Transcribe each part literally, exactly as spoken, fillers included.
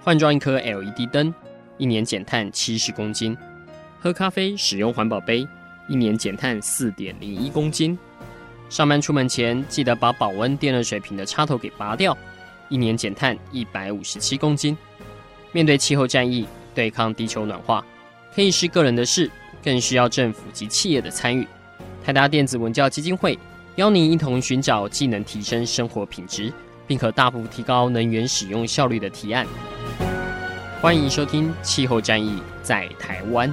换装一颗 L E D 灯，一年减碳七十公斤；喝咖啡使用环保杯，一年减碳 四点零一公斤；上班出门前记得把保温电热水瓶的插头给拔掉，一年减碳一百五十七公斤。面对气候战役，对抗地球暖化，可以是个人的事，更需要政府及企业的参与。台达电子文教基金会邀您一同寻找既能提升生活品质，并可大幅提高能源使用效率的提案。欢迎收听《气候战役在台湾》。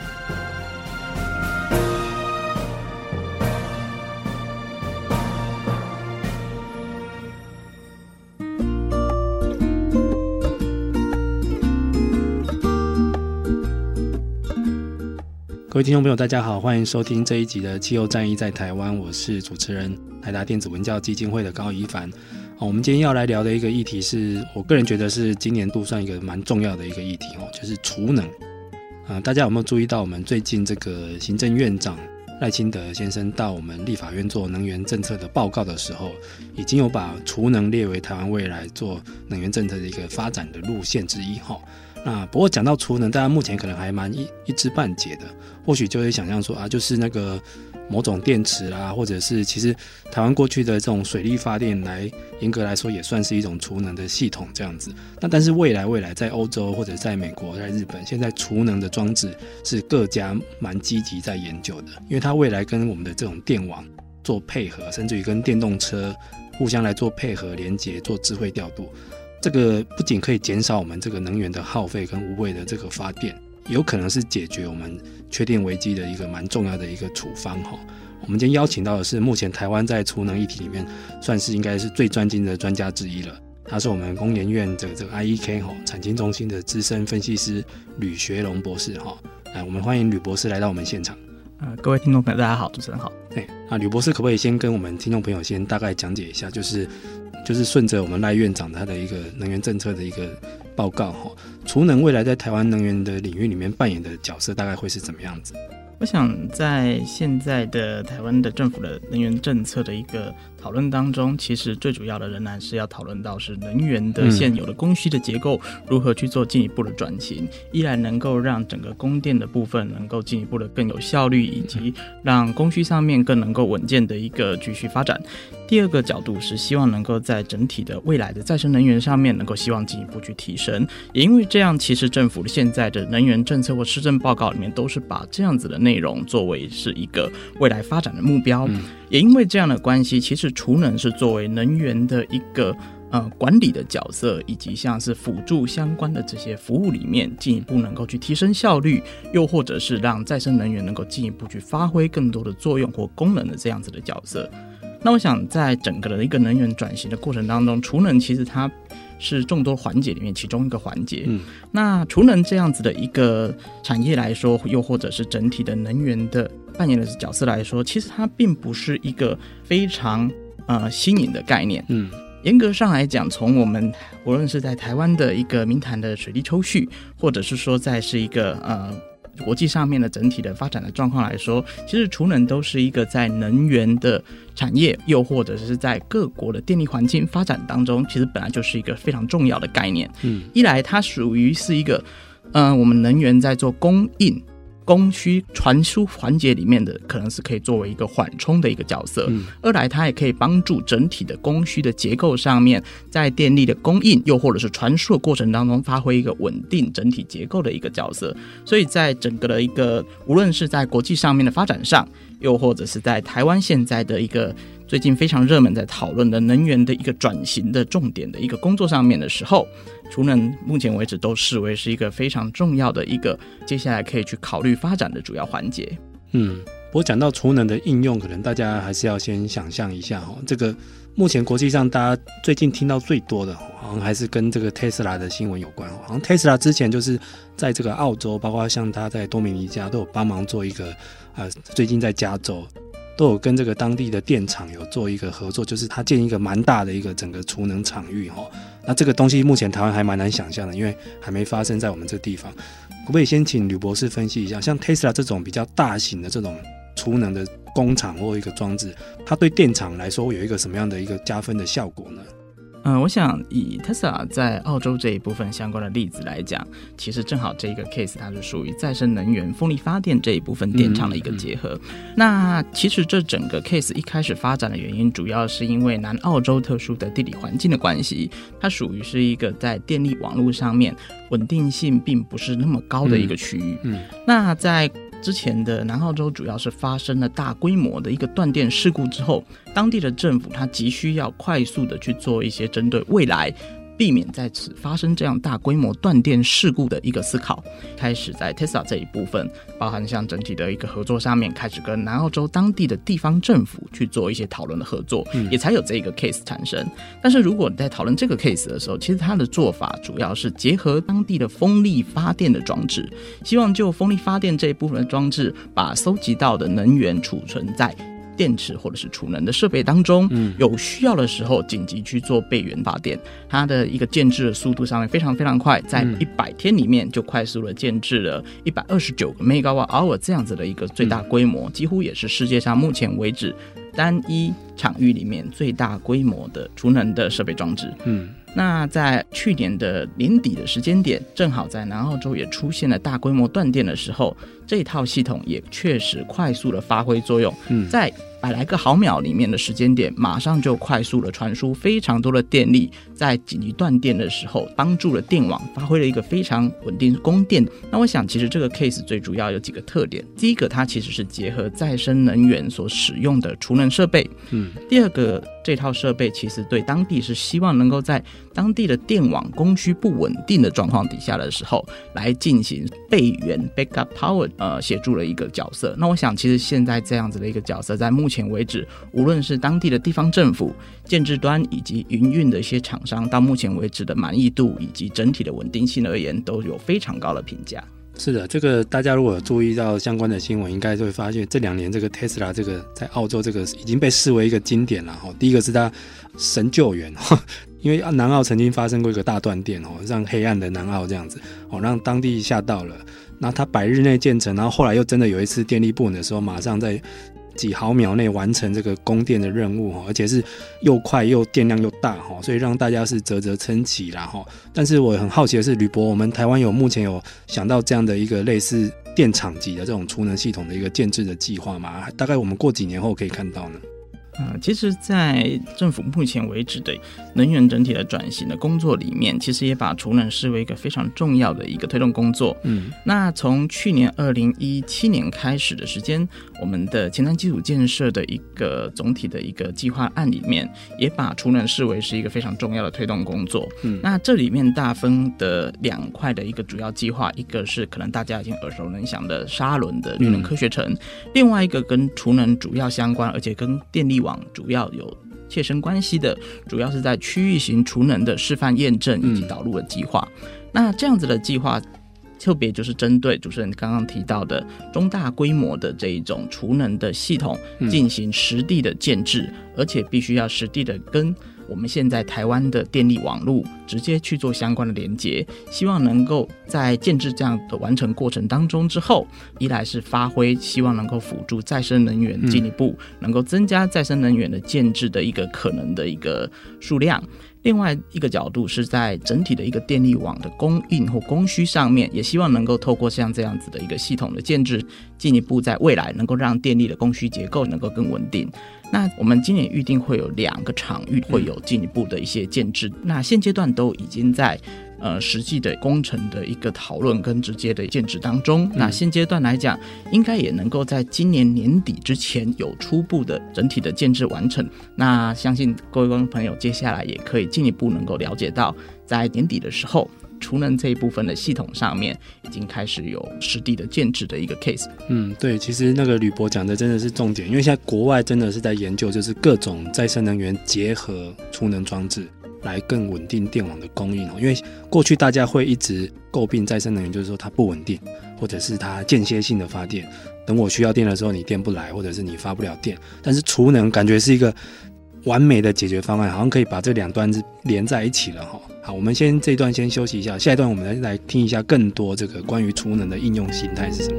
各位听众朋友大家好，欢迎收听这一集的气候战役在台湾，我是主持人台达电子文教基金会的高宜凡。我们今天要来聊的一个议题是我个人觉得是今年度算一个蛮重要的一个议题，就是储能、呃、大家有没有注意到我们最近这个行政院长赖清德先生到我们立法院做能源政策的报告的时候，已经有把储能列为台湾未来做能源政策的一个发展的路线之一。那不过讲到储能，大家目前可能还蛮 一, 一知半解的，或许就会想象说啊，就是那个某种电池啦，或者是其实台湾过去的这种水力发电来严格来说也算是一种储能的系统这样子。那但是未来未来在欧洲或者在美国在日本，现在储能的装置是各家蛮积极在研究的，因为它未来跟我们的这种电网做配合，甚至于跟电动车互相来做配合连结，做智慧调度。这个不仅可以减少我们这个能源的耗费跟无谓的这个发电，有可能是解决我们缺电危机的一个蛮重要的一个处方。我们今天邀请到的是目前台湾在储能议题里面算是应该是最专精的专家之一了，他是我们工研院的这个 I E K 产经中心的资深分析师吕学龙博士。来，我们欢迎吕博士来到我们现场。 呃，各位听众朋友大家好，主持人好。 对，那吕博士可不可以先跟我们听众朋友先大概讲解一下，就是就是顺着我们赖院长他的一个能源政策的一个报告，储能未来在台湾能源的领域里面扮演的角色大概会是怎么样子？ 我想在现在的台湾的政府的能源政策的一个讨论当中，其实最主要的仍然是要讨论到是能源的现有的供需的结构如何去做进一步的转型，依然能够让整个供电的部分能够进一步的更有效率，以及让供需上面更能够稳健的一个继续发展。第二个角度是希望能够在整体的未来的再生能源上面能够希望进一步去提升，也因为这样，其实政府现在的能源政策或施政报告里面都是把这样子的内容作为是一个未来发展的目标。嗯、也因为这样的关系，其实储能是作为能源的一个呃管理的角色，以及像是辅助相关的这些服务里面进一步能够去提升效率，又或者是让再生能源能够进一步去发挥更多的作用或功能的这样子的角色。那我想在整个的一个能源转型的过程当中，储能其实它是众多环节里面其中一个环节。嗯，那储能这样子的一个产业来说，又或者是整体的能源的扮演的角色来说，其实它并不是一个非常呃新颖的概念。嗯，严格上来讲，从我们无论是在台湾的一个明潭的水利抽蓄，或者是说在是一个呃国际上面的整体的发展的状况来说，其实储能都是一个在能源的产业，又或者是在各国的电力环境发展当中，其实本来就是一个非常重要的概念。嗯，一来它属于是一个呃我们能源在做供应供需传输环节里面的，可能是可以作为一个缓冲的一个角色。嗯、二来它也可以帮助整体的供需的结构上面，在电力的供应又或者是传输的过程当中发挥一个稳定整体结构的一个角色。所以在整个的一个无论是在国际上面的发展上，又或者是在台湾现在的一个最近非常热门在讨论的能源的一个转型的重点的一个工作上面的时候，储能目前为止都视为是一个非常重要的一个接下来可以去考虑发展的主要环节。嗯， 不过讲到储能的应用，可能大家还是要先想象一下，这个目前国际上大家最近听到最多的好像还是跟这个 Tesla 的新闻有关。好像 Tesla 之前就是在这个澳洲，包括像他在多米尼加都有帮忙做一个、呃、最近在加州都有跟这个当地的电厂有做一个合作，就是他建一个蛮大的一个整个储能场域。那这个东西目前台湾还蛮难想象的，因为还没发生在我们这地方。可不可以先请吕博士分析一下，像 Tesla 这种比较大型的这种储能的工厂或一个装置，它对电厂来说有一个什么样的一个加分的效果呢？ 呃，我想以 Tesla 在澳洲这一部分相关的例子来讲，其实正好这个 case 它是属于再生能源风力发电这一部分电厂的一个结合。嗯嗯、那其实这整个 case 一开始发展的原因，主要是因为南澳洲特殊的地理环境的关系，它属于是一个在电力网络上面稳定性并不是那么高的一个区域。嗯嗯、那在之前的南澳洲主要是发生了大规模的一个断电事故之后，当地的政府它急需要快速的去做一些针对未来避免在此发生这样大规模断电事故的一个思考，开始在 Tesla 这一部分，包含像整体的一个合作上面，开始跟南澳洲当地的地方政府去做一些讨论的合作，嗯、也才有这个 case 产生。但是如果你在讨论这个 case 的时候，其实它的做法主要是结合当地的风力发电的装置，希望就风力发电这一部分的装置，把搜集到的能源储存在电池或者是储能的设备当中，嗯、有需要的时候紧急去做备源发电。它的一个建制的速度上面非常非常快，在一百天里面就快速的建制了一百二十九个 megawatt hour 这样子的一个最大规模，嗯、几乎也是世界上目前为止单一场域里面最大规模的储能的设备装置。嗯。那在去年的年底的时间点，正好在南澳洲也出现了大规模断电的时候，这一套系统也确实快速的发挥作用，嗯、在百来个毫秒里面的时间点，马上就快速的传输非常多的电力，在紧急断电的时候帮助了电网发挥了一个非常稳定供电。那我想其实这个 case 最主要有几个特点，第一个它其实是结合再生能源所使用的储能设备，嗯、第二个这套设备其实对当地是希望能够在当地的电网供需不稳定的状况底下的时候，来进行备援 backup power 呃协助的一个角色。那我想其实现在这样子的一个角色，在目前为止，无论是当地的地方政府、建制端以及营运的一些厂商，到目前为止的满意度以及整体的稳定性而言，都有非常高的评价。 是的，这个大家如果有注意到相关的新闻，应该就会发现这两年这个 Tesla 这个在澳洲这个已经被视为一个经典了。第一个是它神救援，因为南澳曾经发生过一个大断电，让黑暗的南澳这样子，让当地吓到了。那它百日内建成，然后后来又真的有一次电力不稳的时候，马上在几毫秒内完成这个供电的任务，而且是又快又电量又大，所以让大家是啧啧称奇啦。但是我很好奇的是，吕博，我们台湾有目前有想到这样的一个类似电厂级的这种储能系统的一个建制的计划吗？大概我们过几年后可以看到呢？ 呃，其实在政府目前为止的能源整体的转型的工作里面，其实也把储能视为一个非常重要的一个推动工作。嗯，那从去年二零一七年开始的时间，我们的前瞻基础建设的一个总体的一个计划案里面，也把储能视为是一个非常重要的推动工作。嗯，那这里面大分的两块的一个主要计划，一个是可能大家已经耳熟能详的沙仑的绿能科学城，嗯、另外一个跟储能主要相关，而且跟电力网主要有切身关系的，主要是在区域型储能的示范验证以及导入的计划。嗯、那这样子的计划特别就是针对主持人刚刚提到的中大规模的这一种储能的系统进行实地的建制，嗯、而且必须要实地的跟我们现在台湾的电力网络直接去做相关的连接，希望能够在建制这样的完成过程当中之后，一来是发挥希望能够辅助再生能源进一步能够增加再生能源的建制的一个可能的一个数量，另外一个角度是在整体的一个电力网的供应或供需上面，也希望能够透过像这样子的一个系统的建制，进一步在未来能够让电力的供需结构能够更稳定。那我们今年预定会有两个场域会有进一步的一些建制，那现阶段都已经在呃实际的工程的一个讨论跟直接的建制当中，那现阶段来讲应该也能够在今年年底之前有初步的整体的建制完成。那相信各位观众朋友接下来也可以进一步能够了解到，在年底的时候储能这一部分的系统上面已经开始有实地的建制的一个 case。 嗯，对，其实那个吕博讲的真的是重点，因为现在国外真的是在研究就是各种再生能源结合储能装置来更稳定电网的供应。因为过去大家会一直诟病再生能源就是说它不稳定，或者是它间歇性的发电，等我需要电的时候你电不来，或者是你发不了电。但是储能感觉是一个完美的解决方案，好像可以把这两端连在一起了。好，我们先这一段先休息一下，下一段我们来听一下更多这个关于储能的应用形态是什么。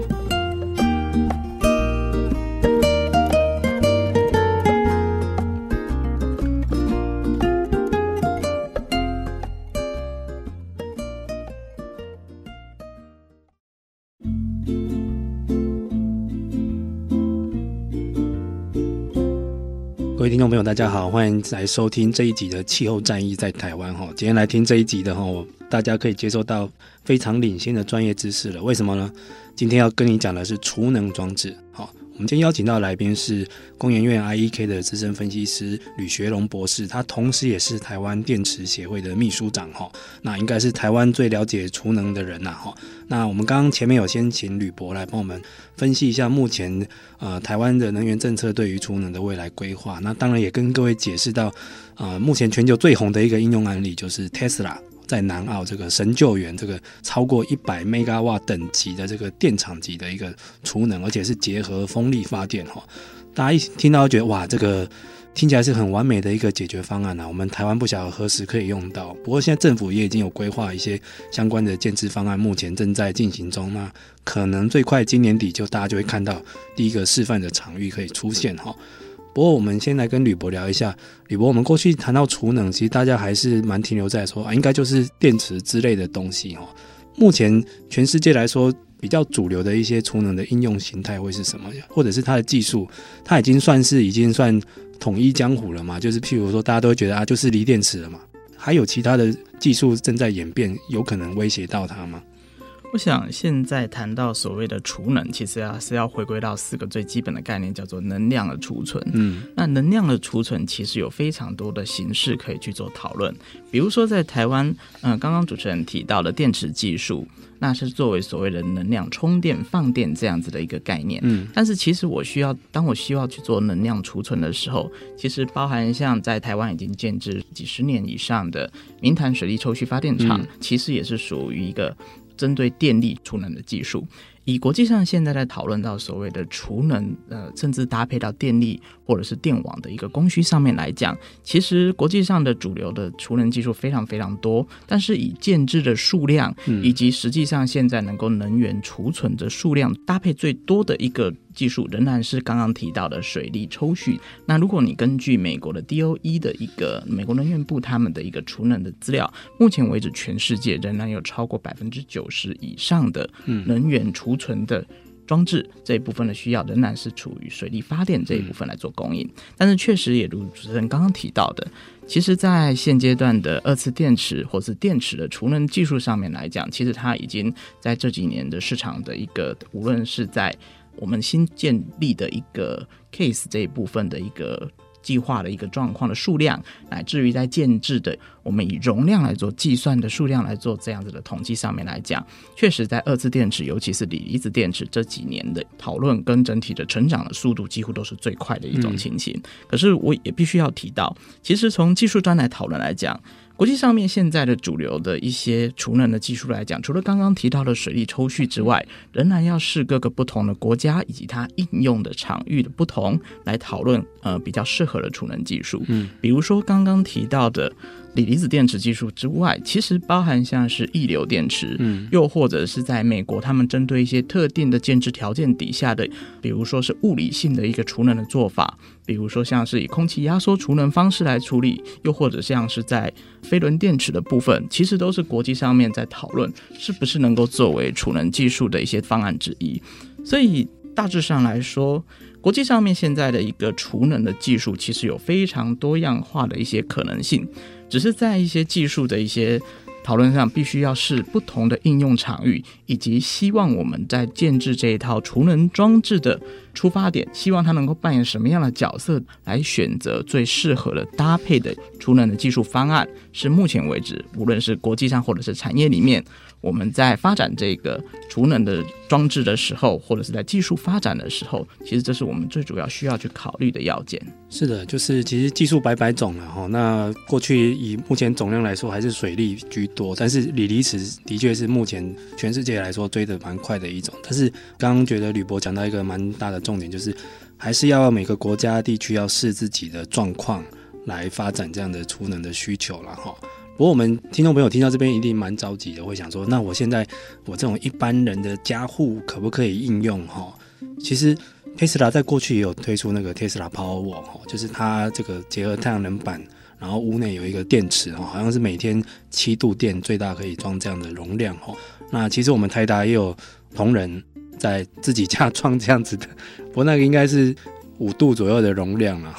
各位听众朋友大家好，欢迎来收听这一集的气候战役在台湾。今天来听这一集的大家可以接受到非常领先的专业知识了。为什么呢？今天要跟你讲的是储能装置。我们今天邀请到的来宾是工研院 I E K 的资深分析师吕学龙博士，他同时也是台湾电池协会的秘书长，那应该是台湾最了解储能的人啦。那我们刚刚前面有先请吕博来帮我们分析一下目前呃台湾的能源政策对于储能的未来规划，那当然也跟各位解释到呃目前全球最红的一个应用案例就是 Tesla在南澳这个神救援，这个超过一百 megawatt 等级的这个电厂级的一个储能，而且是结合风力发电。大家一听到觉得哇，这个听起来是很完美的一个解决方案啊，我们台湾不晓得何时可以用到。不过现在政府也已经有规划一些相关的建制方案，目前正在进行中，那可能最快今年底就大家就会看到第一个示范的场域可以出现。不过我们先来跟吕博聊一下，吕博，我们过去谈到储能，其实大家还是蛮停留在说啊，应该就是电池之类的东西。目前全世界来说比较主流的一些储能的应用形态会是什么？或者是它的技术，它已经算是已经算统一江湖了嘛？就是譬如说大家都会觉得啊，就是锂电池了嘛？还有其他的技术正在演变，有可能威胁到它吗？ 我想现在谈到所谓的储能，其实要是要回归到四个最基本的概念，叫做能量的储存。嗯，那能量的储存其实有非常多的形式可以去做讨论，比如说在台湾，嗯、呃，刚刚主持人提到的电池技术，那是作为所谓的能量充电放电这样子的一个概念。嗯，但是其实我需要，当我需要去做能量储存的时候，其实包含像在台湾已经建制几十年以上的明潭水力抽蓄发电厂，嗯、其实也是属于一个针对电力储能的技术。以国际上现在在讨论到所谓的储能，呃，甚至搭配到电力或者是电网的一个供需上面来讲，其实国际上的主流的储能技术非常非常多，但是以建制的数量以及实际上现在能够能源储存的数量搭配最多的一个技术仍然是刚刚提到的水力抽蓄。那如果你根据美国的 D O E 的一个美国能源部他们的一个储能的资料，目前为止全世界仍然有超过 百分之九十 以上的能源储存的装置这一部分的需要仍然是处于水力发电这一部分来做供应。但是确实也如主持人刚刚提到的，其实在现阶段的二次电池或是电池的储能技术上面来讲，其实它已经在这几年的市场的一个，无论是在我们新建立的一个 case 这一部分的一个计划的一个状况的数量，乃至于在建制的我们以容量来做计算的数量来做这样子的统计上面来讲，确实在二次电池尤其是锂离子电池这几年的讨论跟整体的成长的速度几乎都是最快的一种情形。嗯、可是我也必须要提到，其实从技术端来讨论来讲，国际上面现在的主流的一些储能的技术来讲，除了刚刚提到的水力抽蓄之外，仍然要视各个不同的国家以及它应用的场域的不同来讨论呃比较适合的储能技术。嗯，比如说刚刚提到的锂离子电池技术之外，其实包含像是液流电池，嗯，又或者是在美国他们针对一些特定的建制条件底下的，比如说是物理性的一个储能的做法，比如说像是以空气压缩储能方式来处理，又或者像是在飞轮电池的部分，其实都是国际上面在讨论是不是能够作为储能技术的一些方案之一。所以大致上来说，国际上面现在的一个储能的技术其实有非常多样化的一些可能性，只是在一些技术的一些讨论上必须要是不同的应用场域，以及希望我们在建制这一套储能装置的出发点，希望它能够扮演什么样的角色来选择最适合的搭配的储能的技术方案，是目前为止无论是国际上或者是产业里面，我们在发展这个储能的装置的时候，或者是在技术发展的时候，其实这是我们最主要需要去考虑的要件。 是的，就是其实技术百百种了，那过去以目前总量来说还是水力居多，但是锂离子的确是目前全世界来说追得蛮快的一种。但是刚刚觉得吕博讲到一个蛮大的重点，就是还是要每个国家地区要视自己的状况来发展这样的储能的需求啦。不过我们听众朋友听到这边一定蛮着急的，会想说那我现在我这种一般人的家户可不可以应用？其实 Tesla 在过去也有推出那个 Tesla Powerwall， 就是它这个结合太阳能板，然后屋内有一个电池，好像是每天七度电最大可以装这样的容量。那其实我们台达也有同仁在自己家装这样子的，不过那个应该是五度左右的容量了。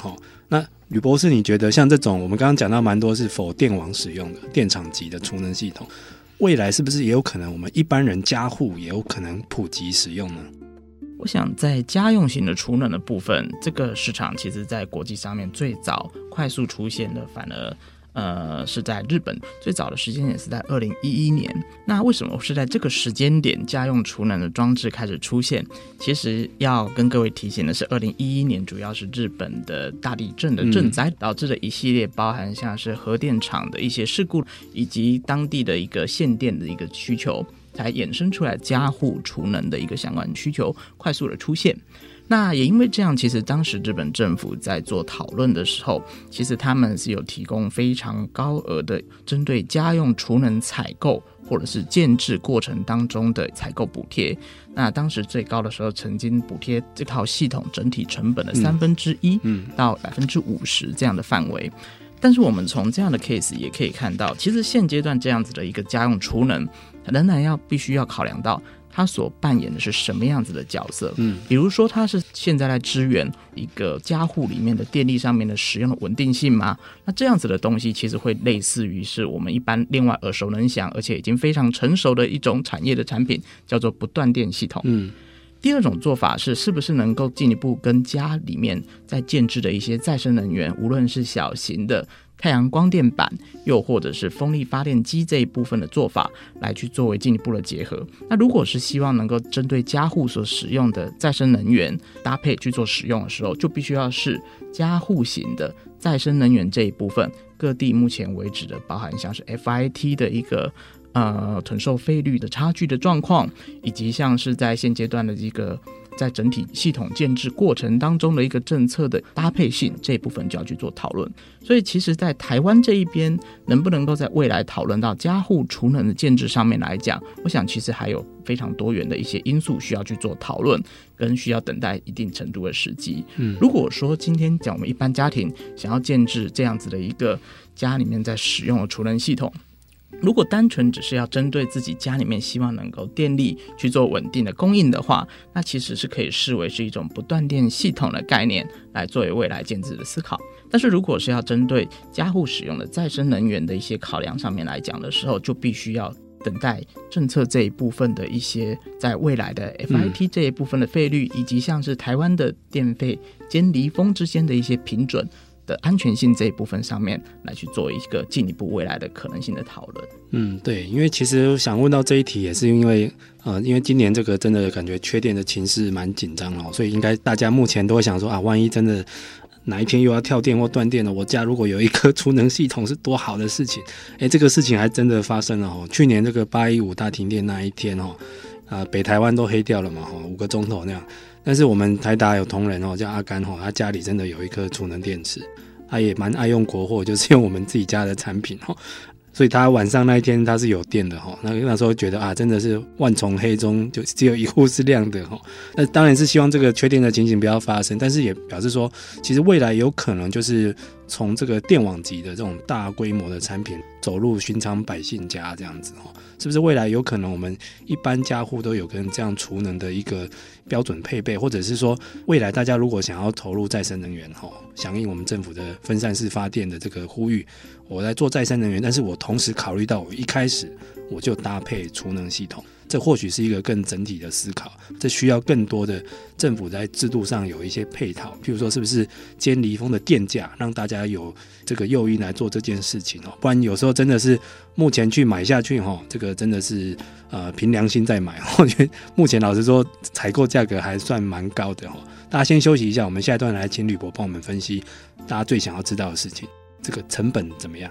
那吕博士，你觉得像这种我们刚刚讲到蛮多是否电网使用的电厂级的储能系统，未来是不是也有可能我们一般人家户也有可能普及使用呢？ 我想在家用型的储能的部分，这个市场其实在国际上面最早快速出现的反而呃是在日本，最早的时间点是在二零一一年。那为什么是在这个时间点家用储能的装置开始出现？其实要跟各位提醒的是，二零一一年主要是日本的大地震的震灾导致的一系列包含像是核电厂的一些事故，以及当地的一个限电的一个需求，才衍生出来家户储能的一个相关需求快速的出现。那也因为这样，其实当时日本政府在做讨论的时候，其实他们是有提供非常高额的针对家用储能采购或者是建制过程当中的采购补贴。那当时最高的时候，曾经补贴这套系统整体成本的三分之一到百分之五十这样的范围。但是我们从这样的 case 也可以看到，其实现阶段这样子的一个家用储能，仍然要必须要考量到它所扮演的是什么样子的角色。嗯，比如说它是现在在支援一个家户里面的电力上面的使用的稳定性吗？那这样子的东西其实会类似于是我们一般另外耳熟能详而且已经非常成熟的一种产业的产品，叫做不断电系统。嗯。第二种做法是，是不是能够进一步跟家里面在建置的一些再生能源，无论是小型的太阳光电板，又或者是风力发电机这一部分的做法，来去作为进一步的结合。那如果是希望能够针对家户所使用的再生能源搭配去做使用的时候，就必须要是家户型的再生能源这一部分，各地目前为止的包含像是 F I T 的一个呃，囤售费率的差距的状况，以及像是在现阶段的一个在整体系统建制过程当中的一个政策的搭配性，这一部分就要去做讨论。所以其实在台湾这一边能不能够在未来讨论到家户储能的建制上面来讲，我想其实还有非常多元的一些因素需要去做讨论，跟需要等待一定程度的时机。嗯，如果说今天讲我们一般家庭想要建制这样子的一个家里面在使用的储能系统，如果单纯只是要针对自己家里面希望能够电力去做稳定的供应的话，那其实是可以视为是一种不断电系统的概念来作为未来建制的思考。但是如果是要针对家户使用的再生能源的一些考量上面来讲的时候，就必须要等待政策这一部分的一些在未来的 F I T 这一部分的费率、嗯、以及像是台湾的电费兼离峰之间的一些评准的安全性这一部分上面来去做一个进一步未来的可能性的讨论。 嗯，对，因为其实想问到这一题也是因为呃，因为今年这个真的感觉缺电的情势蛮紧张哦，所以应该大家目前都会想说啊，万一真的哪一天又要跳电或断电了，我家如果有一颗储能系统是多好的事情。哎，这个事情还真的发生了哦。去年这个八一五大停电那一天哦，呃，北台湾都黑掉了嘛，哦，五个钟头那样。但是我们台达有同仁哦，叫阿甘哦，他家里真的有一颗储能电池，他也蛮爱用国货，就是用我们自己家的产品哦。所以他晚上那一天他是有电的齁，那那时候觉得啊，真的是万重黑中就只有一户是亮的齁。那当然是希望这个缺电的情形不要发生，但是也表示说，其实未来有可能就是从这个电网级的这种大规模的产品走入寻常百姓家这样子齁，是不是未来有可能我们一般家户都有跟这样储能的一个标准配备，或者是说未来大家如果想要投入再生能源齁，响应我们政府的分散式发电的这个呼吁，我在做再生能源，但是我同时考虑到我一开始我就搭配储能系统，这或许是一个更整体的思考，这需要更多的政府在制度上有一些配套，譬如说是不是兼离峰的电价，让大家有这个诱因来做这件事情，不然有时候真的是目前去买下去，这个真的是呃凭良心在买，我觉得目前老实说采购价格还算蛮高的。大家先休息一下，我们下一段来请吕博帮我们分析大家最想要知道的事情，这个成本怎么样。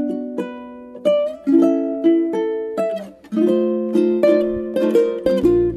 各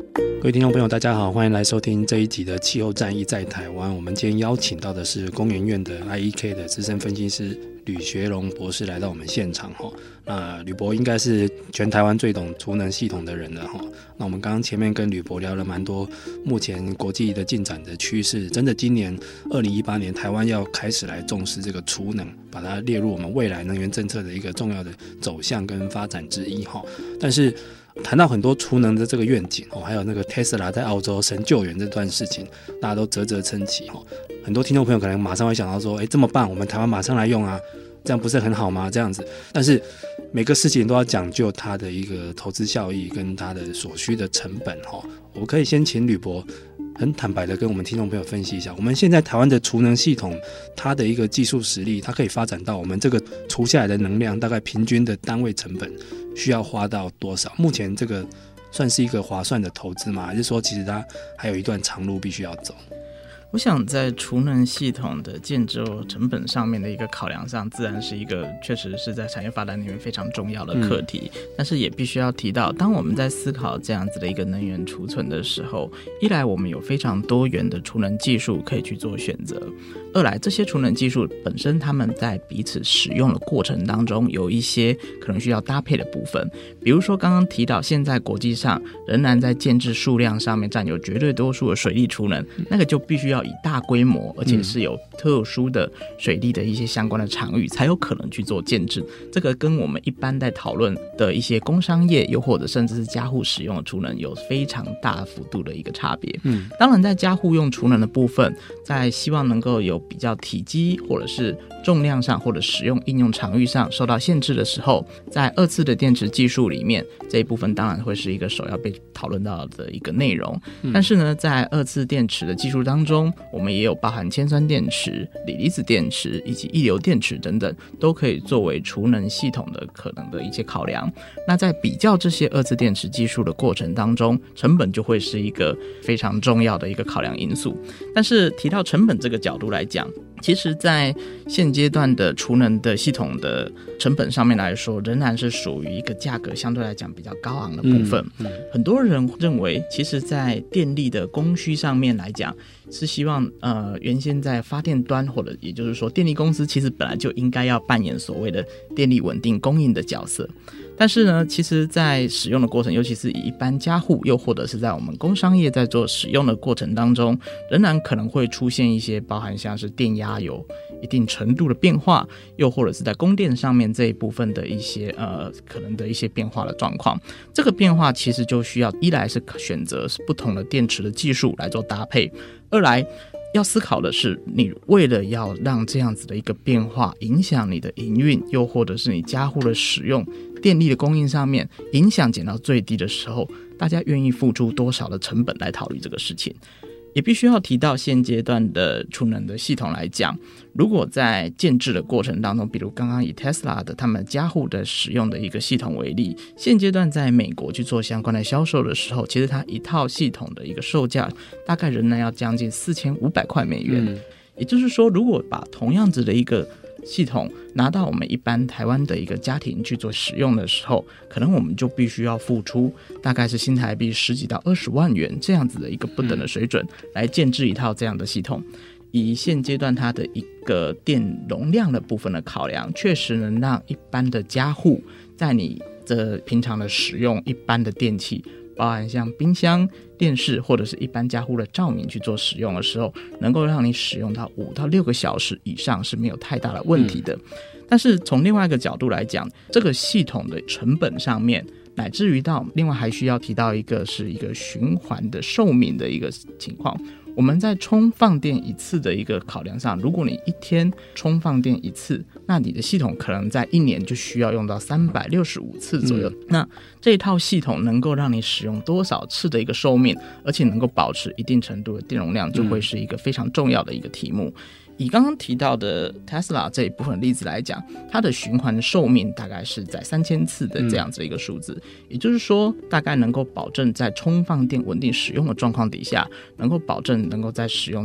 各位听众朋友大家好，欢迎来收听这一集的气候战役在台湾。我们今天邀请到的是工研院的 I E K 的资深分析师吕学龙博士来到我们现场。那吕博应该是全台湾最懂储能系统的人了。那我们刚刚前面跟吕博聊了蛮多目前国际的进展的趋势，真的今年二零一八年台湾要开始来重视这个储能，把它列入我们未来能源政策的一个重要的走向跟发展之一。但是谈到很多储能的这个愿景，还有那个 Tesla 在澳洲神救援这段事情，大家都啧啧称奇。很多听众朋友可能马上会想到说，哎，这么棒，我们台湾马上来用啊，这样不是很好吗？这样子，但是每个事情都要讲究它的一个投资效益跟它的所需的成本。我们可以先请吕博很坦白的跟我们听众朋友分析一下，我们现在台湾的储能系统它的一个技术实力，它可以发展到我们这个除下来的能量大概平均的单位成本需要花到多少？目前这个算是一个划算的投资吗？还是说其实它还有一段长路必须要走？ 我想在储能系统的建筑成本上面的一个考量上，自然是一个确实是在产业发展里面非常重要的课题、嗯、但是也必须要提到，当我们在思考这样子的一个能源储存的时候，一来我们有非常多元的储能技术可以去做选择，二来这些储能技术本身他们在彼此使用的过程当中有一些可能需要搭配的部分，比如说刚刚提到现在国际上仍然在建制数量上面占有绝对多数的水力储能，那个就必须要以大规模而且是有特殊的水利的一些相关的场域才有可能去做建制，这个跟我们一般在讨论的一些工商业又或者甚至是家户使用的储能有非常大幅度的一个差别。嗯，当然在家户用储能的部分，在希望能够有比较体积或者是重量上或者使用应用场域上受到限制的时候，在二次的电池技术里面，这一部分当然会是一个首要被讨论到的一个内容、嗯、但是呢在二次电池的技术当中，我们也有包含铅酸电池、锂离子电池以及液流电池等等，都可以作为储能系统的可能的一些考量。那在比较这些二次电池技术的过程当中，成本就会是一个非常重要的一个考量因素。但是提到成本这个角度来讲，其实在现阶段的储能的系统的成本上面来说，仍然是属于一个价格相对来讲比较高昂的部分、嗯嗯、很多人认为其实在电力的供需上面来讲，是希望呃原先在发电端，或者也就是说电力公司其实本来就应该要扮演所谓的电力稳定供应的角色，但是呢其实在使用的过程，尤其是以一般家户又或者是在我们工商业在做使用的过程当中，仍然可能会出现一些包含像是电压有一定程度的变化，又或者是在供电上面这一部分的一些呃可能的一些变化的状况。这个变化其实就需要一来是选择不同的电池的技术来做搭配，二来要思考的是，你为了要让这样子的一个变化影响你的营运，又或者是你家户的使用电力的供应上面影响减到最低的时候，大家愿意付出多少的成本来考虑这个事情。也必须要提到现阶段的储能的系统来讲，如果在建制的过程当中，比如刚刚以 Tesla 的他们家户的使用的一个系统为例，现阶段在美国去做相关的销售的时候，其实它一套系统的一个售价大概仍然要将近四千五百块美元、嗯、也就是说如果把同样子的一个系统拿到我们一般台湾的一个家庭去做使用的时候，可能我们就必须要付出大概是新台币十几到二十万元这样子的一个不等的水准来建制一套这样的系统。以现阶段它的一个电容量的部分的考量，确实能让一般的家户在你的平常的使用一般的电器，包含像冰箱、电视或者是一般家户的照明去做使用的时候，能够让你使用到五到六个小时以上是没有太大的问题的、嗯、但是从另外一个角度来讲，这个系统的成本上面，乃至于到另外还需要提到一个是一个循环的寿命的一个情况。我们在充放电一次的一个考量上，如果你一天充放电一次，那你的系统可能在一年就需要用到三百六十五次左右、嗯、那这一套系统能够让你使用多少次的一个寿命，而且能够保持一定程度的电容量，就会是一个非常重要的一个题目。以刚刚提到的 Tesla 这一部分例子来讲，它的循环寿命大概是在三千次的这样子的一个数字、嗯、也就是说大概能够保证在充放电稳定使用的状况底下，能够保证能够在使用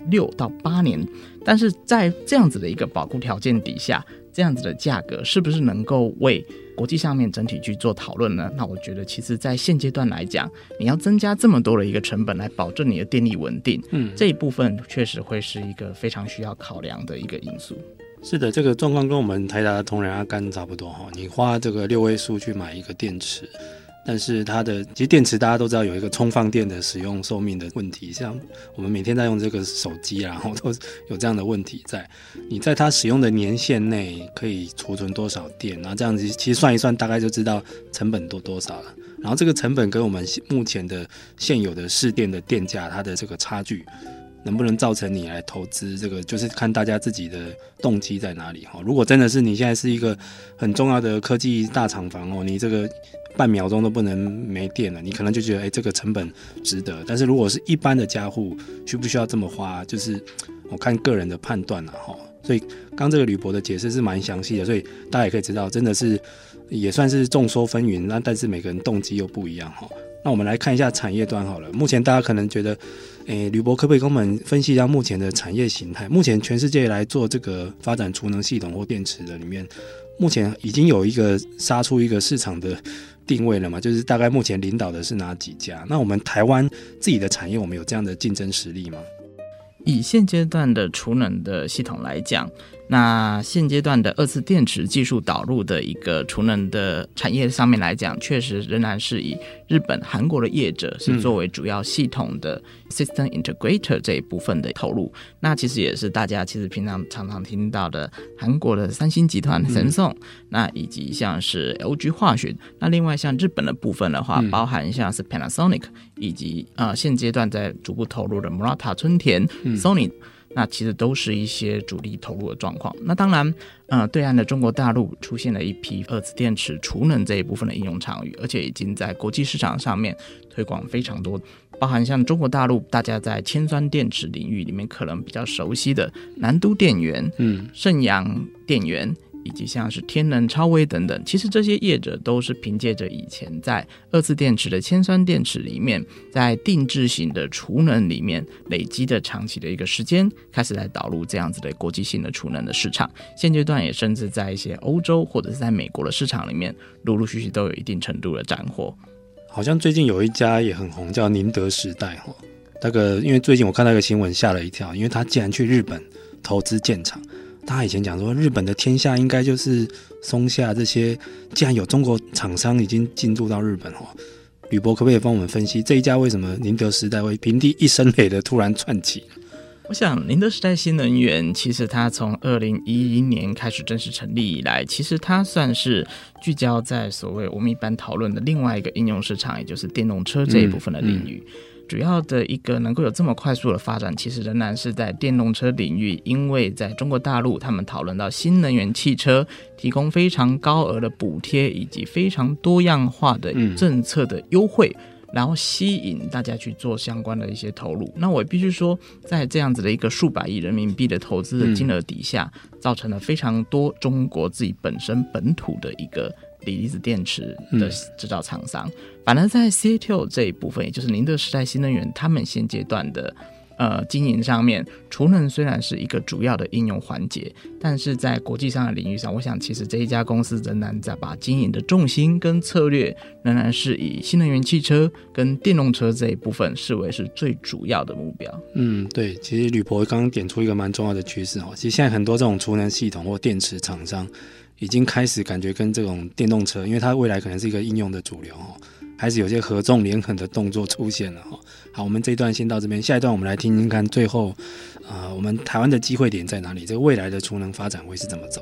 六到八年，但是在这样子的一个保固条件底下，这样子的价格是不是能够为国际上面整体去做讨论呢？那我觉得其实在现阶段来讲，你要增加这么多的一个成本来保证你的电力稳定，嗯，这一部分确实会是一个非常需要考量的一个因素。 是的，这个状况跟我们台达的同仁阿甘差不多，你花这个六位数去买一个电池，但是它的其实电池大家都知道有一个充放电的使用寿命的问题，像我们每天在用这个手机，然后都有这样的问题在。你在它使用的年限内可以储存多少电，然后这样子其实算一算大概就知道成本多多少了。然后这个成本跟我们目前的现有的市电的电价它的这个差距，能不能造成你来投资，这个就是看大家自己的动机在哪里。如果真的是你现在是一个很重要的科技大厂房哦，你这个半秒钟都不能没电了，你可能就觉得哎，这个成本值得。但是如果是一般的家户，需不需要这么花，就是我看个人的判断啦。所以刚这个吕博的解释是蛮详细的，所以大家也可以知道真的是也算是众说纷纭，那但是每个人动机又不一样。那我们来看一下产业端好了。目前大家可能觉得诶，吕博可不可以跟我们分析一下目前的产业形态？目前全世界来做这个发展储能系统或电池的里面，目前已经有一个杀出一个市场的定位了嘛？就是大概目前领导的是哪几家？那我们台湾自己的产业，我们有这样的竞争实力吗？ 以现阶段的储能的系统来讲，那现阶段的二次电池技术导入的一个储能的产业上面来讲，确实仍然是以日本、韩国的业者是作为主要系统的 system integrator 这一部分的投入。那其实也是大家其实平常常常听到的韩国的三星集团 Samsung、嗯、那以及像是 L G 化学。那另外像日本的部分的话、嗯、包含像是 Panasonic 以及、呃、现阶段在逐步投入的 Murata 春田、嗯、Sony，那其实都是一些主力投入的状况。那当然呃，对岸的中国大陆出现了一批二次电池储能这一部分的应用场域，而且已经在国际市场上面推广非常多，包含像中国大陆大家在铅酸电池领域里面可能比较熟悉的南都电源、嗯，盛阳电源以及像是天能、超微等等，其实这些业者都是凭借着以前在二次电池的铅酸电池里面，在定制型的储能里面累积的长期的一个时间，开始来导入这样子的国际性的储能的市场。现阶段也甚至在一些欧洲或者是在美国的市场里面，陆陆续续都有一定程度的斩获。 好像最近有一家也很红，叫宁德时代。那个因为最近我看到一个新闻吓了一跳，因为他竟然去日本投资建厂。大家以前讲说日本的天下应该就是松下这些，既然有中国厂商已经进入到日本，吕博可不可以帮我们分析这一家为什么宁德时代会平地一声雷的突然窜起？ 我想宁德时代新能源其实它从二零一一年开始正式成立以来，其实它算是聚焦在所谓我们一般讨论的另外一个应用市场，也就是电动车这一部分的领域。嗯嗯，主要的一个能够有这么快速的发展，其实仍然是在电动车领域，因为在中国大陆他们讨论到新能源汽车提供非常高额的补贴以及非常多样化的政策的优惠、嗯，然后吸引大家去做相关的一些投入。那我也必须说，在这样子的一个数百亿人民币的投资的金额底下、嗯、造成了非常多中国自己本身本土的一个锂离子电池的制造厂商、嗯、反而在 C A T L 这一部分，也就是宁德时代新能源他们现阶段的呃经营上面，储能虽然是一个主要的应用环节，但是在国际上的领域上，我想其实这一家公司仍然在把经营的重心跟策略仍然是以新能源汽车跟电动车这一部分视为是最主要的目标。 嗯，对，其实吕博刚刚点出一个蛮重要的趋势，其实现在很多这种储能系统或电池厂商已经开始感觉跟这种电动车，因为它未来可能是一个应用的主流，开始有些合纵连横的动作出现了。好，我们这一段先到这边，下一段我们来听听看最后、呃、我们台湾的机会点在哪里，这个未来的储能发展会是怎么走。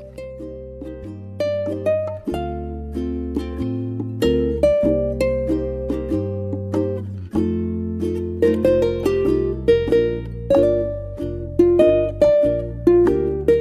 Thank you. 。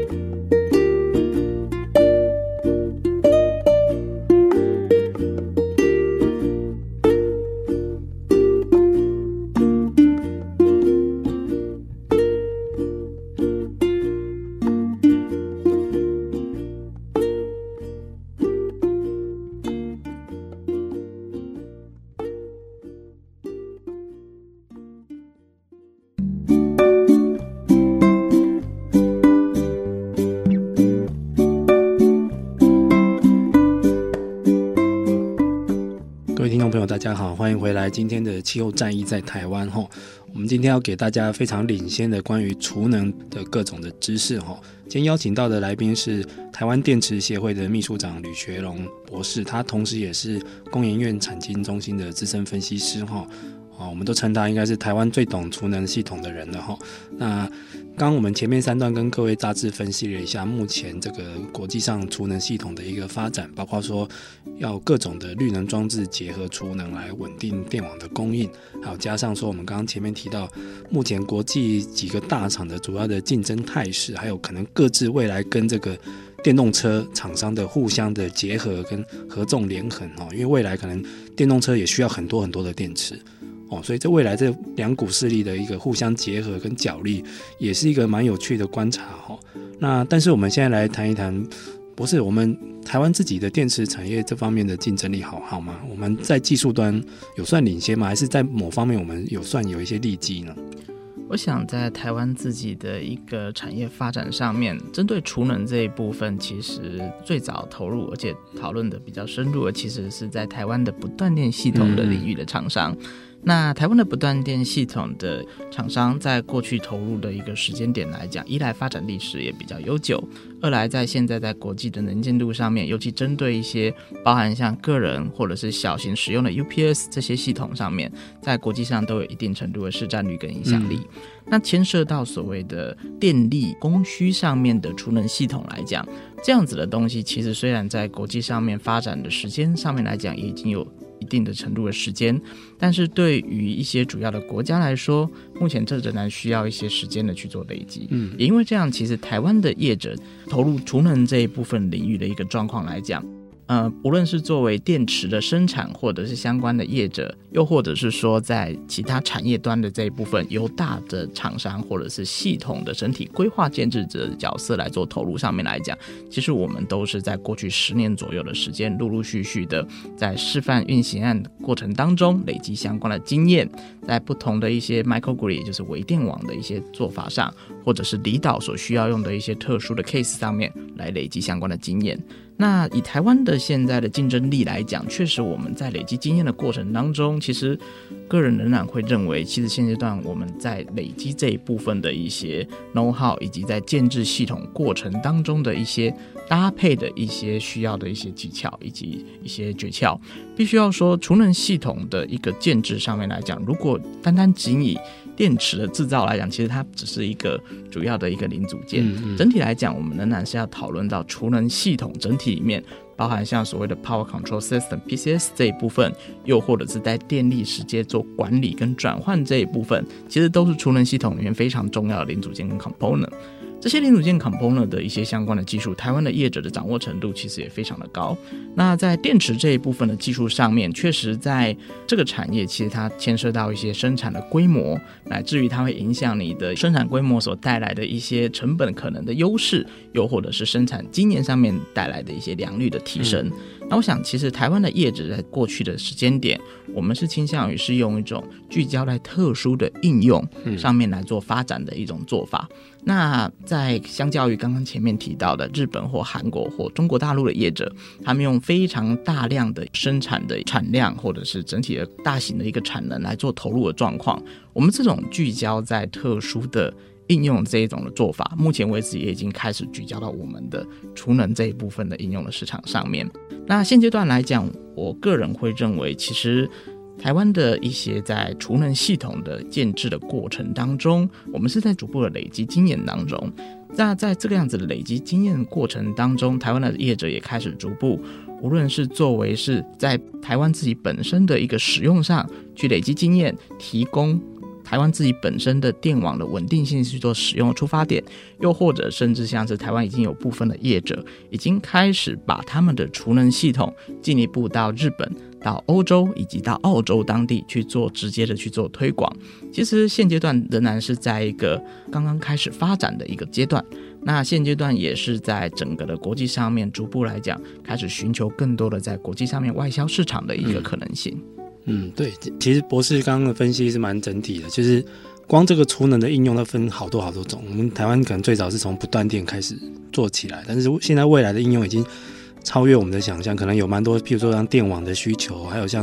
家好，欢迎回来今天的气候战役在台湾。我们今天要给大家非常领先的关于储能的各种的知识。今天邀请到的来宾是台湾电池协会的秘书长吕学龙博士，他同时也是工研院产经中心的资深分析师。我们都称他应该是台湾最懂储能系统的人了。那刚刚我们前面三段跟各位大致分析了一下目前这个国际上储能系统的一个发展，包括说要各种的绿能装置结合储能来稳定电网的供应，还有加上说我们刚刚前面提到目前国际几个大厂的主要的竞争态势，还有可能各自未来跟这个电动车厂商的互相的结合跟合纵连横，因为未来可能电动车也需要很多很多的电池，所以这未来这两股势力的一个互相结合跟角力也是一个蛮有趣的观察。那但是我们现在来谈一谈，不是我们台湾自己的电池产业这方面的竞争力好好吗？我们在技术端有算领先吗？还是在某方面我们有算有一些利基呢？ 我想在台湾自己的一个产业发展上面，针对储能这一部分，其实最早投入而且讨论的比较深入的，其实是在台湾的不断电系统的领域的厂商。嗯那台湾的不断电系统的厂商在过去投入的一个时间点来讲，一来发展历史也比较悠久，二来在现在在国际的能见度上面，尤其针对一些包含像个人或者是小型使用的 U P S 这些系统上面，在国际上都有一定程度的市占率跟影响力。嗯、那牵涉到所谓的电力供需上面的储能系统来讲，这样子的东西其实虽然在国际上面发展的时间上面来讲也已经有一定的程度的时间，但是对于一些主要的国家来说，目前这仍然需要一些时间的去做累积。嗯，也因为这样，其实台湾的业者投入储能这一部分领域的一个状况来讲，呃，无论是作为电池的生产或者是相关的业者，又或者是说在其他产业端的这一部分由大的厂商或者是系统的整体规划建制者的角色来做投入上面来讲，其实我们都是在过去十年左右的时间陆陆续续的在示范运行案过程当中累积相关的经验，在不同的一些 microgrid 也就是微电网的一些做法上，或者是离岛所需要用的一些特殊的 case 上面来累积相关的经验。那以台湾的现在的竞争力来讲，确实我们在累积经验的过程当中，其实个人仍然会认为，其实现阶段我们在累积这一部分的一些 know how， 以及在建制系统过程当中的一些搭配的一些需要的一些技巧以及一些诀窍，必须要说储能系统的一个建制上面来讲，如果单单仅以电池的制造来讲，其实它只是一个主要的一个零组件。嗯嗯整体来讲，我们仍然是要讨论到储能系统整体里面，包含像所谓的 Power Control System P C S 这一部分，又或者是在电力直接做管理跟转换这一部分，其实都是储能系统里面非常重要的零组件跟 component。这些零组件 component 的一些相关的技术，台湾的业者的掌握程度其实也非常的高。那在电池这一部分的技术上面，确实在这个产业其实它牵涉到一些生产的规模，乃至于它会影响你的生产规模所带来的一些成本可能的优势，又或者是生产经验上面带来的一些良率的提升。嗯那我想其实台湾的业者在过去的时间点，我们是倾向于是用一种聚焦在特殊的应用上面来做发展的一种做法。嗯、那在相较于刚刚前面提到的日本或韩国或中国大陆的业者，他们用非常大量的生产的产量或者是整体的大型的一个产能来做投入的状况，我们这种聚焦在特殊的应用这一种的做法，目前为止也已经开始聚焦到我们的储能这一部分的应用的市场上面。那现阶段来讲，我个人会认为，其实台湾的一些在储能系统的建制的过程当中，我们是在逐步的累积经验当中。那在这个样子的累积经验过程当中，台湾的业者也开始逐步，无论是作为是在台湾自己本身的一个使用上去累积经验，提供台湾自己本身的电网的稳定性去做使用的出发点，又或者甚至像是台湾已经有部分的业者已经开始把他们的储能系统进一步到日本、到欧洲以及到澳洲当地去做直接的去做推广。其实现阶段仍然是在一个刚刚开始发展的一个阶段，那现阶段也是在整个的国际上面逐步来讲开始寻求更多的在国际上面外销市场的一个可能性。嗯嗯，对，其实博士刚刚的分析是蛮整体的，就是光这个储能的应用它分好多好多种。我们台湾可能最早是从不断电开始做起来，但是现在未来的应用已经超越我们的想象，可能有蛮多，譬如说像电网的需求，还有像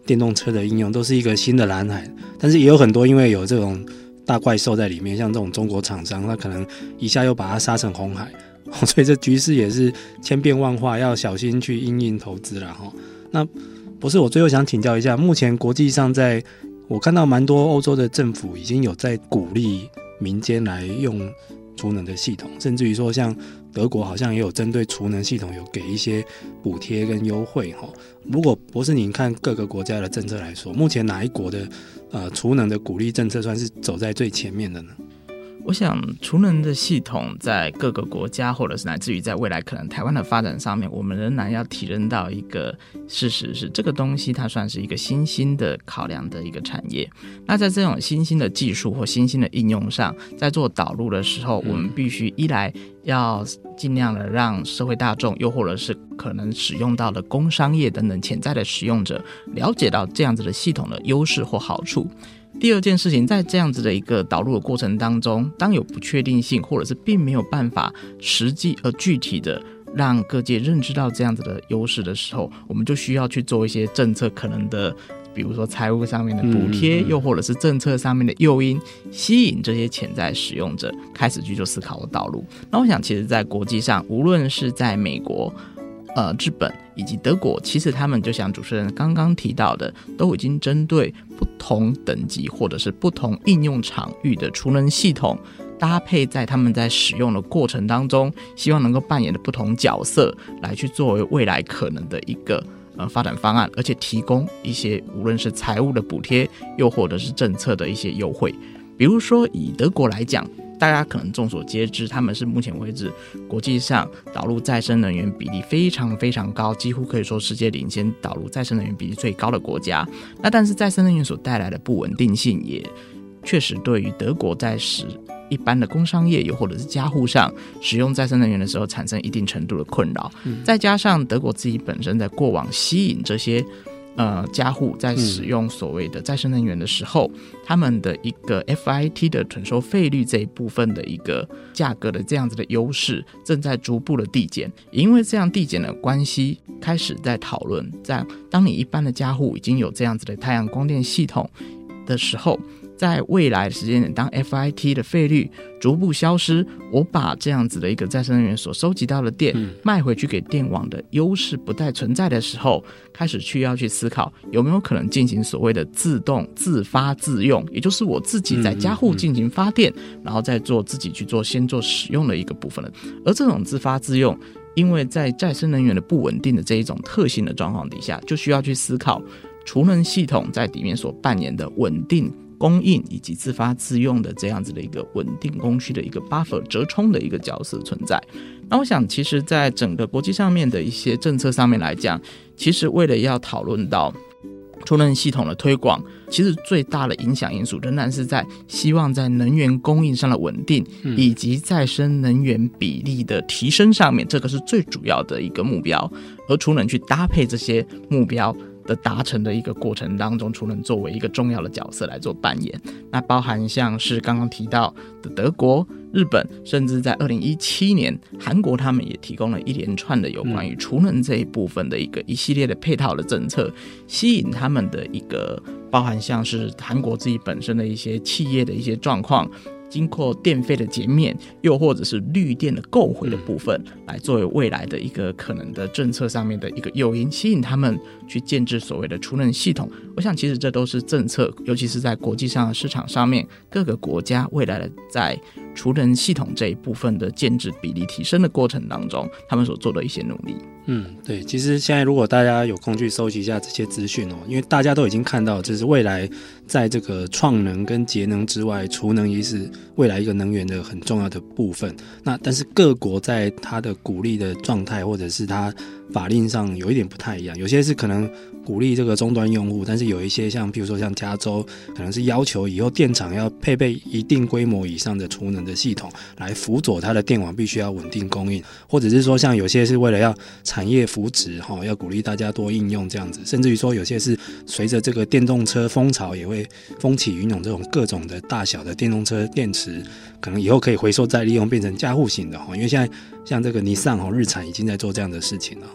电动车的应用，都是一个新的蓝海。但是也有很多因为有这种大怪兽在里面，像这种中国厂商，他可能一下又把它杀成红海，所以这局势也是千变万化，要小心去因应投资啦。那不是，我最后想请教一下，目前国际上在我看到蛮多欧洲的政府已经有在鼓励民间来用储能的系统，甚至于说像德国好像也有针对储能系统有给一些补贴跟优惠。如果博士您看各个国家的政策来说，目前哪一国的呃储能的鼓励政策算是走在最前面的呢？ 我想储能的系统在各个国家，或者是乃至于在未来可能台湾的发展上面，我们仍然要体认到一个事实，是这个东西它算是一个新兴的考量的一个产业。那在这种新兴的技术或新兴的应用上，在做导入的时候，我们必须一来要尽量的让社会大众，又或者是可能使用到的工商业等等潜在的使用者，了解到这样子的系统的优势或好处。第二件事情，在这样子的一个导入的过程当中，当有不确定性或者是并没有办法实际而具体的让各界认知到这样子的优势的时候，我们就需要去做一些政策可能的，比如说财务上面的补贴，又或者是政策上面的诱因，吸引这些潜在使用者开始去做思考和导入。那我想其实在国际上，无论是在美国、呃，日本以及德国，其实他们就像主持人刚刚提到的，都已经针对不同等级或者是不同应用场域的储能系统，搭配在他们在使用的过程当中，希望能够扮演的不同角色，来去作为未来可能的一个呃发展方案，而且提供一些无论是财务的补贴，又或者是政策的一些优惠。比如说以德国来讲，大家可能众所皆知，他们是目前为止国际上导入再生能源比例非常非常高，几乎可以说世界领先导入再生能源比例最高的国家。那但是再生能源所带来的不稳定性，也确实对于德国在使一般的工商业又或者是家户上使用再生能源的时候产生一定程度的困扰、嗯、再加上德国自己本身在过往吸引这些呃，家户在使用所谓的再生能源的时候、嗯、他们的一个 F I T 的趸收费率这一部分的一个价格的这样子的优势正在逐步的递减，因为这样递减的关系开始在讨论，在当你一般的家户已经有这样子的太阳光电系统的时候，在未来的时间点，当 F I T 的费率逐步消失，我把这样子的一个再生能源所收集到的电、嗯、卖回去给电网的优势不再存在的时候，开始去要去思考有没有可能进行所谓的自动自发自用，也就是我自己在家户进行发电、嗯嗯、然后再做自己去做先做使用的一个部分了。而这种自发自用，因为在再生能源的不稳定的这一种特性的状况底下，就需要去思考储能系统在里面所扮演的稳定供应以及自发自用的这样子的一个稳定供需的一个 buffer 折冲的一个角色存在。那我想其实在整个国际上面的一些政策上面来讲，其实为了要讨论到储能系统的推广，其实最大的影响因素仍然是在希望在能源供应上的稳定、嗯、以及再生能源比例的提升上面，这个是最主要的一个目标。而储能去搭配这些目标的达成的一个过程当中，储能作为一个重要的角色来做扮演。那包含像是刚刚提到的德国、日本，甚至在二零一七年韩国，他们也提供了一连串的有关于储能这一部分的一个一系列的配套的政策，吸引他们的一个包含像是韩国自己本身的一些企业的一些状况，经过电费的减免，又或者是绿电的购回的部分，来作为未来的一个可能的政策上面的一个诱因，吸引他们去建制所谓的储能系统。我想其实这都是政策，尤其是在国际上的市场上面，各个国家未来的在储能系统这一部分的建制比例提升的过程当中，他们所做的一些努力。 嗯，对，其实现在如果大家有空去收集一下这些资讯哦，因为大家都已经看到，就是未来在这个创能跟节能之外，储能也是未来一个能源的很重要的部分。那但是各国在它的鼓励的状态，或者是它法令上有一点不太一样，有些是可能鼓励这个终端用户，但是有一些像比如说像加州可能是要求以后电厂要配备一定规模以上的储能的系统来辅佐它的电网必须要稳定供应，或者是说像有些是为了要产业扶植、哦、要鼓励大家多应用这样子，甚至于说有些是随着这个电动车风潮也会风起云涌，这种各种的大小的电动车电池可能以后可以回收再利用变成家户型的、哦、因为现在像这个尼桑、哦、日产已经在做这样的事情了、哦、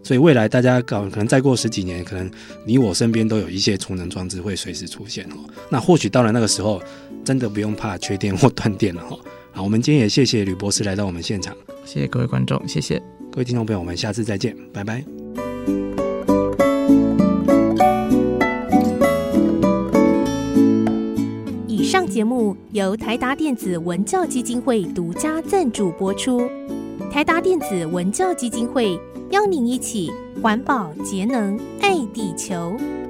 所以未来大家搞可能再过十几年，可能你我身边都有一些储能装置会随时出现哦。那或许到了那个时候，真的不用怕缺电或断电了哈。好，我们今天也谢谢吕博士来到我们现场， 谢谢各位观众，谢谢各位听众朋友，我们下次再见，拜拜。 以上节目由台达电子文教基金会独家赞助播出。台达电子文教基金会邀您一起环保节能爱地球。